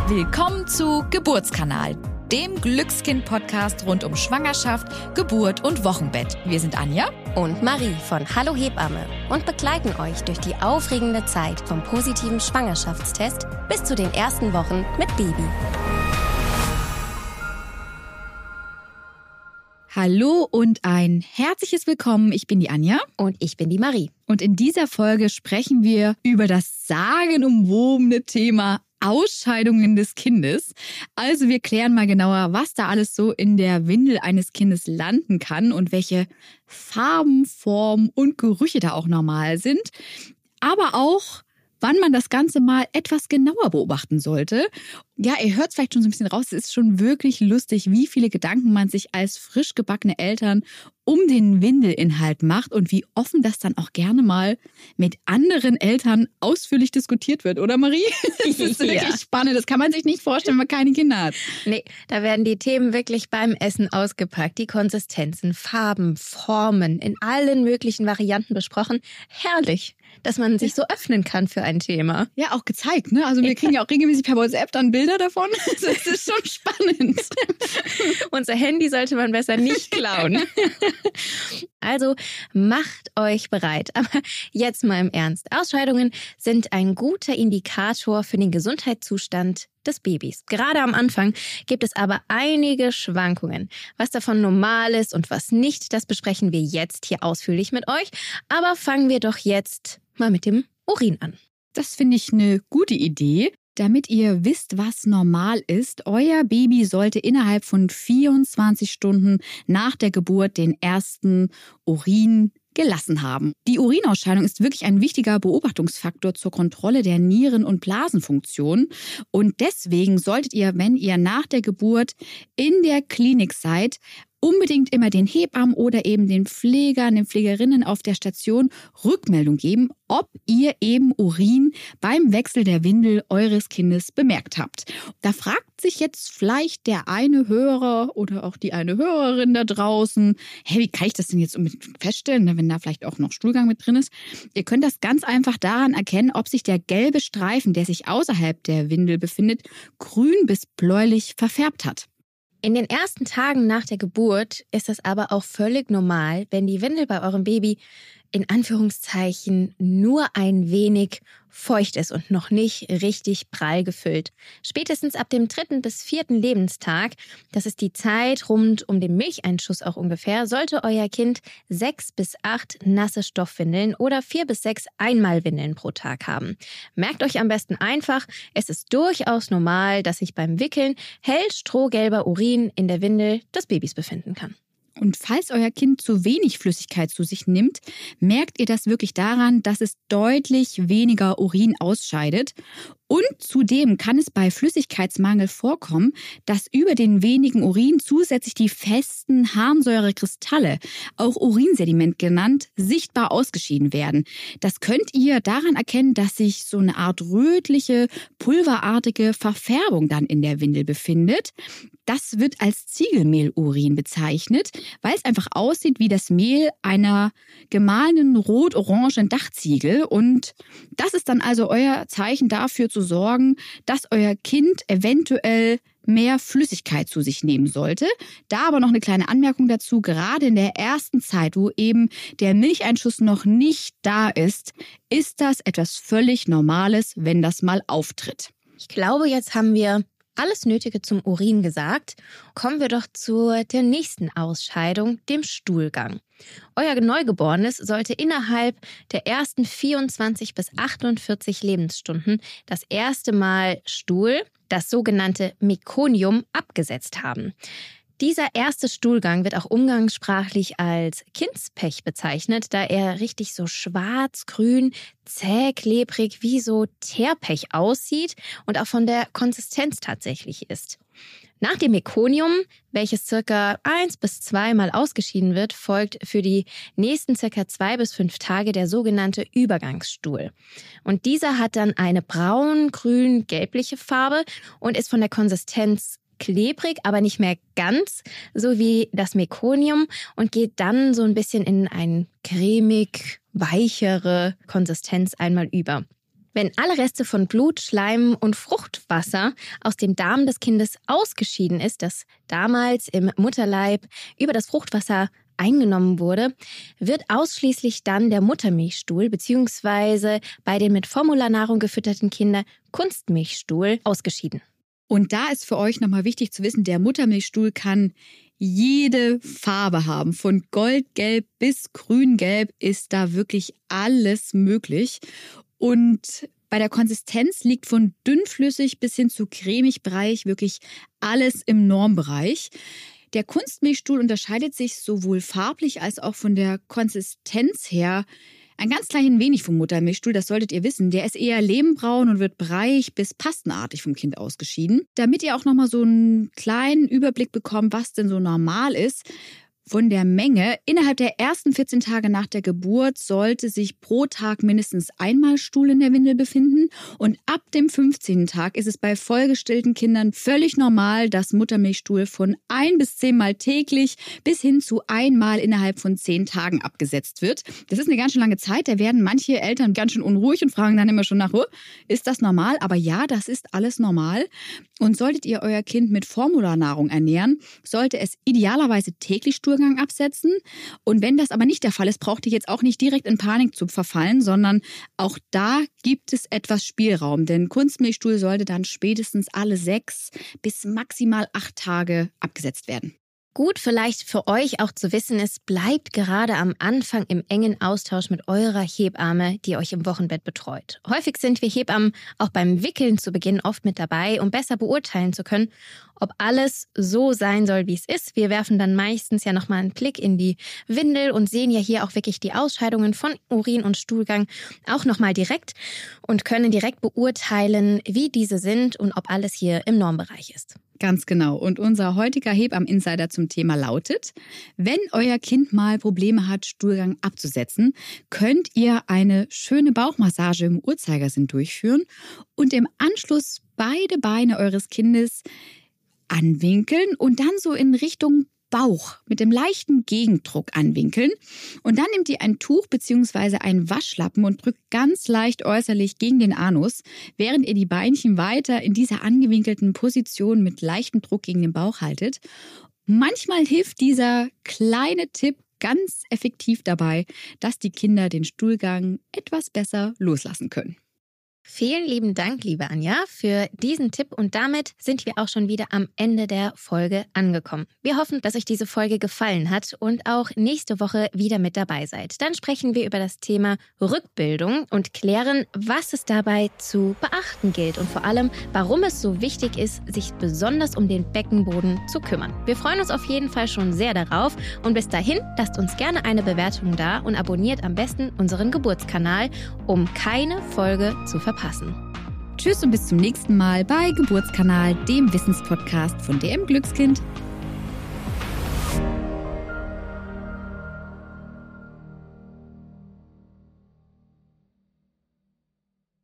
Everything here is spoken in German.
Willkommen zu Geburtskanal, dem Glückskind-Podcast rund um Schwangerschaft, Geburt und Wochenbett. Wir sind Anja und Marie von Hallo Hebamme und begleiten euch durch die aufregende Zeit vom positiven Schwangerschaftstest bis zu den ersten Wochen mit Baby. Hallo und ein herzliches Willkommen. Ich bin die Anja. Und ich bin die Marie. Und in dieser Folge sprechen wir über das sagenumwobene Thema Ausscheidungen des Kindes. Also wir klären mal genauer, was da alles so in der Windel eines Kindes landen kann und welche Farben, Formen und Gerüche da auch normal sind. Aber auch, wann man das Ganze mal etwas genauer beobachten sollte. Ja, ihr hört es vielleicht schon so ein bisschen raus, es ist schon wirklich lustig, wie viele Gedanken man sich als frisch gebackene Eltern um den Windelinhalt macht und wie offen das dann auch gerne mal mit anderen Eltern ausführlich diskutiert wird, oder Marie? Das ist wirklich spannend, das kann man sich nicht vorstellen, wenn man keine Kinder hat. Nee, da werden die Themen wirklich beim Essen ausgepackt, die Konsistenzen, Farben, Formen in allen möglichen Varianten besprochen. Herrlich, dass man sich so öffnen kann für ein Thema. Ja, auch gezeigt, ne? Also wir kriegen ja auch regelmäßig per WhatsApp dann Bilder davon. Das ist schon spannend. Unser Handy sollte man besser nicht klauen. Also macht euch bereit. Aber jetzt mal im Ernst. Ausscheidungen sind ein guter Indikator für den Gesundheitszustand des Babys. Gerade am Anfang gibt es aber einige Schwankungen. Was davon normal ist und was nicht, das besprechen wir jetzt hier ausführlich mit euch. Aber fangen wir doch jetzt mal mit dem Urin an. Das finde ich eine gute Idee. Damit ihr wisst, was normal ist, euer Baby sollte innerhalb von 24 Stunden nach der Geburt den ersten Urin gelassen haben. Die Urinausscheidung ist wirklich ein wichtiger Beobachtungsfaktor zur Kontrolle der Nieren- und Blasenfunktion. Und deswegen solltet ihr, wenn ihr nach der Geburt in der Klinik seid, unbedingt immer den Hebammen oder eben den Pflegern, den Pflegerinnen auf der Station Rückmeldung geben, ob ihr eben Urin beim Wechsel der Windel eures Kindes bemerkt habt. Da fragt sich jetzt vielleicht der eine Hörer oder auch die eine Hörerin da draußen, hey, wie kann ich das denn jetzt feststellen, wenn da vielleicht auch noch Stuhlgang mit drin ist? Ihr könnt das ganz einfach daran erkennen, ob sich der gelbe Streifen, der sich außerhalb der Windel befindet, grün bis bläulich verfärbt hat. In den ersten Tagen nach der Geburt ist es aber auch völlig normal, wenn die Windel bei eurem Baby in Anführungszeichen nur ein wenig feucht ist und noch nicht richtig prall gefüllt. Spätestens ab dem 3. bis 4. Lebenstag, das ist die Zeit rund um den Milcheinschuss auch ungefähr, sollte euer Kind 6 bis 8 nasse Stoffwindeln oder 4 bis 6 Einmalwindeln pro Tag haben. Merkt euch am besten einfach, es ist durchaus normal, dass sich beim Wickeln hell strohgelber Urin in der Windel des Babys befinden kann. Und falls euer Kind zu wenig Flüssigkeit zu sich nimmt, merkt ihr das wirklich daran, dass es deutlich weniger Urin ausscheidet. Und zudem kann es bei Flüssigkeitsmangel vorkommen, dass über den wenigen Urin zusätzlich die festen Harnsäurekristalle, auch Urinsediment genannt, sichtbar ausgeschieden werden. Das könnt ihr daran erkennen, dass sich so eine Art rötliche, pulverartige Verfärbung dann in der Windel befindet. Das wird als Ziegelmehlurin bezeichnet, weil es einfach aussieht wie das Mehl einer gemahlenen rot-orangen Dachziegel. Und das ist dann also euer Zeichen dafür zu sorgen, dass euer Kind eventuell mehr Flüssigkeit zu sich nehmen sollte. Da aber noch eine kleine Anmerkung dazu, gerade in der ersten Zeit, wo eben der Milcheinschuss noch nicht da ist das etwas völlig Normales, wenn das mal auftritt. Ich glaube, jetzt haben wir alles Nötige zum Urin gesagt. Kommen wir doch zu der nächsten Ausscheidung, dem Stuhlgang. Euer Neugeborenes sollte innerhalb der ersten 24 bis 48 Lebensstunden das erste Mal Stuhl, das sogenannte Mekonium, abgesetzt haben. Dieser erste Stuhlgang wird auch umgangssprachlich als Kindspech bezeichnet, da er richtig so schwarz-grün, zäh, klebrig wie so Teerpech aussieht und auch von der Konsistenz tatsächlich ist. Nach dem Mekonium, welches circa 1 bis 2 Mal ausgeschieden wird, folgt für die nächsten circa 2 bis 5 Tage der sogenannte Übergangsstuhl. Und dieser hat dann eine braun-grün-gelbliche Farbe und ist von der Konsistenz klebrig, aber nicht mehr ganz, so wie das Mekonium, und geht dann so ein bisschen in eine cremig weichere Konsistenz einmal über. Wenn alle Reste von Blut, Schleim und Fruchtwasser aus dem Darm des Kindes ausgeschieden ist, das damals im Mutterleib über das Fruchtwasser eingenommen wurde, wird ausschließlich dann der Muttermilchstuhl bzw. bei den mit Formularnahrung gefütterten Kindern Kunstmilchstuhl ausgeschieden. Und da ist für euch nochmal wichtig zu wissen, der Muttermilchstuhl kann jede Farbe haben. Von goldgelb bis grüngelb ist da wirklich alles möglich. Und bei der Konsistenz liegt von dünnflüssig bis hin zu cremig-breiig wirklich alles im Normbereich. Der Kunstmilchstuhl unterscheidet sich sowohl farblich als auch von der Konsistenz her ein ganz klein wenig vom Muttermilchstuhl, das solltet ihr wissen. Der ist eher lehmbraun und wird breiig bis pastenartig vom Kind ausgeschieden. Damit ihr auch nochmal so einen kleinen Überblick bekommt, was denn so normal ist, von der Menge. Innerhalb der ersten 14 Tage nach der Geburt sollte sich pro Tag mindestens einmal Stuhl in der Windel befinden. Und ab dem 15. Tag ist es bei vollgestillten Kindern völlig normal, dass Muttermilchstuhl von 1 bis 10 Mal täglich bis hin zu einmal innerhalb von 10 Tagen abgesetzt wird. Das ist eine ganz schön lange Zeit. Da werden manche Eltern ganz schön unruhig und fragen dann immer schon nach, ist das normal? Aber ja, das ist alles normal. Und solltet ihr euer Kind mit Formularnahrung ernähren, sollte es idealerweise täglich Stuhlgang absetzen. Und wenn das aber nicht der Fall ist, braucht ihr jetzt auch nicht direkt in Panik zu verfallen, sondern auch da gibt es etwas Spielraum. Denn Kunstmilchstuhl sollte dann spätestens alle 6 bis maximal 8 Tage abgesetzt werden. Gut vielleicht für euch auch zu wissen ist, bleibt gerade am Anfang im engen Austausch mit eurer Hebamme, die euch im Wochenbett betreut. Häufig sind wir Hebammen auch beim Wickeln zu Beginn oft mit dabei, um besser beurteilen zu können, ob alles so sein soll, wie es ist. Wir werfen dann meistens ja nochmal einen Blick in die Windel und sehen ja hier auch wirklich die Ausscheidungen von Urin und Stuhlgang auch nochmal direkt und können direkt beurteilen, wie diese sind und ob alles hier im Normbereich ist. Ganz genau. Und unser heutiger Hebammen-Insider zum Thema lautet: Wenn euer Kind mal Probleme hat, Stuhlgang abzusetzen, könnt ihr eine schöne Bauchmassage im Uhrzeigersinn durchführen und im Anschluss beide Beine eures Kindes anwinkeln und dann so in Richtung Bauch mit dem leichten Gegendruck anwinkeln. Und dann nehmt ihr ein Tuch bzw. einen Waschlappen und drückt ganz leicht äußerlich gegen den Anus, während ihr die Beinchen weiter in dieser angewinkelten Position mit leichtem Druck gegen den Bauch haltet. Manchmal hilft dieser kleine Tipp ganz effektiv dabei, dass die Kinder den Stuhlgang etwas besser loslassen können. Vielen lieben Dank, liebe Anja, für diesen Tipp und damit sind wir auch schon wieder am Ende der Folge angekommen. Wir hoffen, dass euch diese Folge gefallen hat und auch nächste Woche wieder mit dabei seid. Dann sprechen wir über das Thema Rückbildung und klären, was es dabei zu beachten gilt und vor allem, warum es so wichtig ist, sich besonders um den Beckenboden zu kümmern. Wir freuen uns auf jeden Fall schon sehr darauf und bis dahin lasst uns gerne eine Bewertung da und abonniert am besten unseren Geburtskanal, um keine Folge zu verpassen. Tschüss und bis zum nächsten Mal bei Geburtskanal, dem Wissenspodcast von DM Glückskind.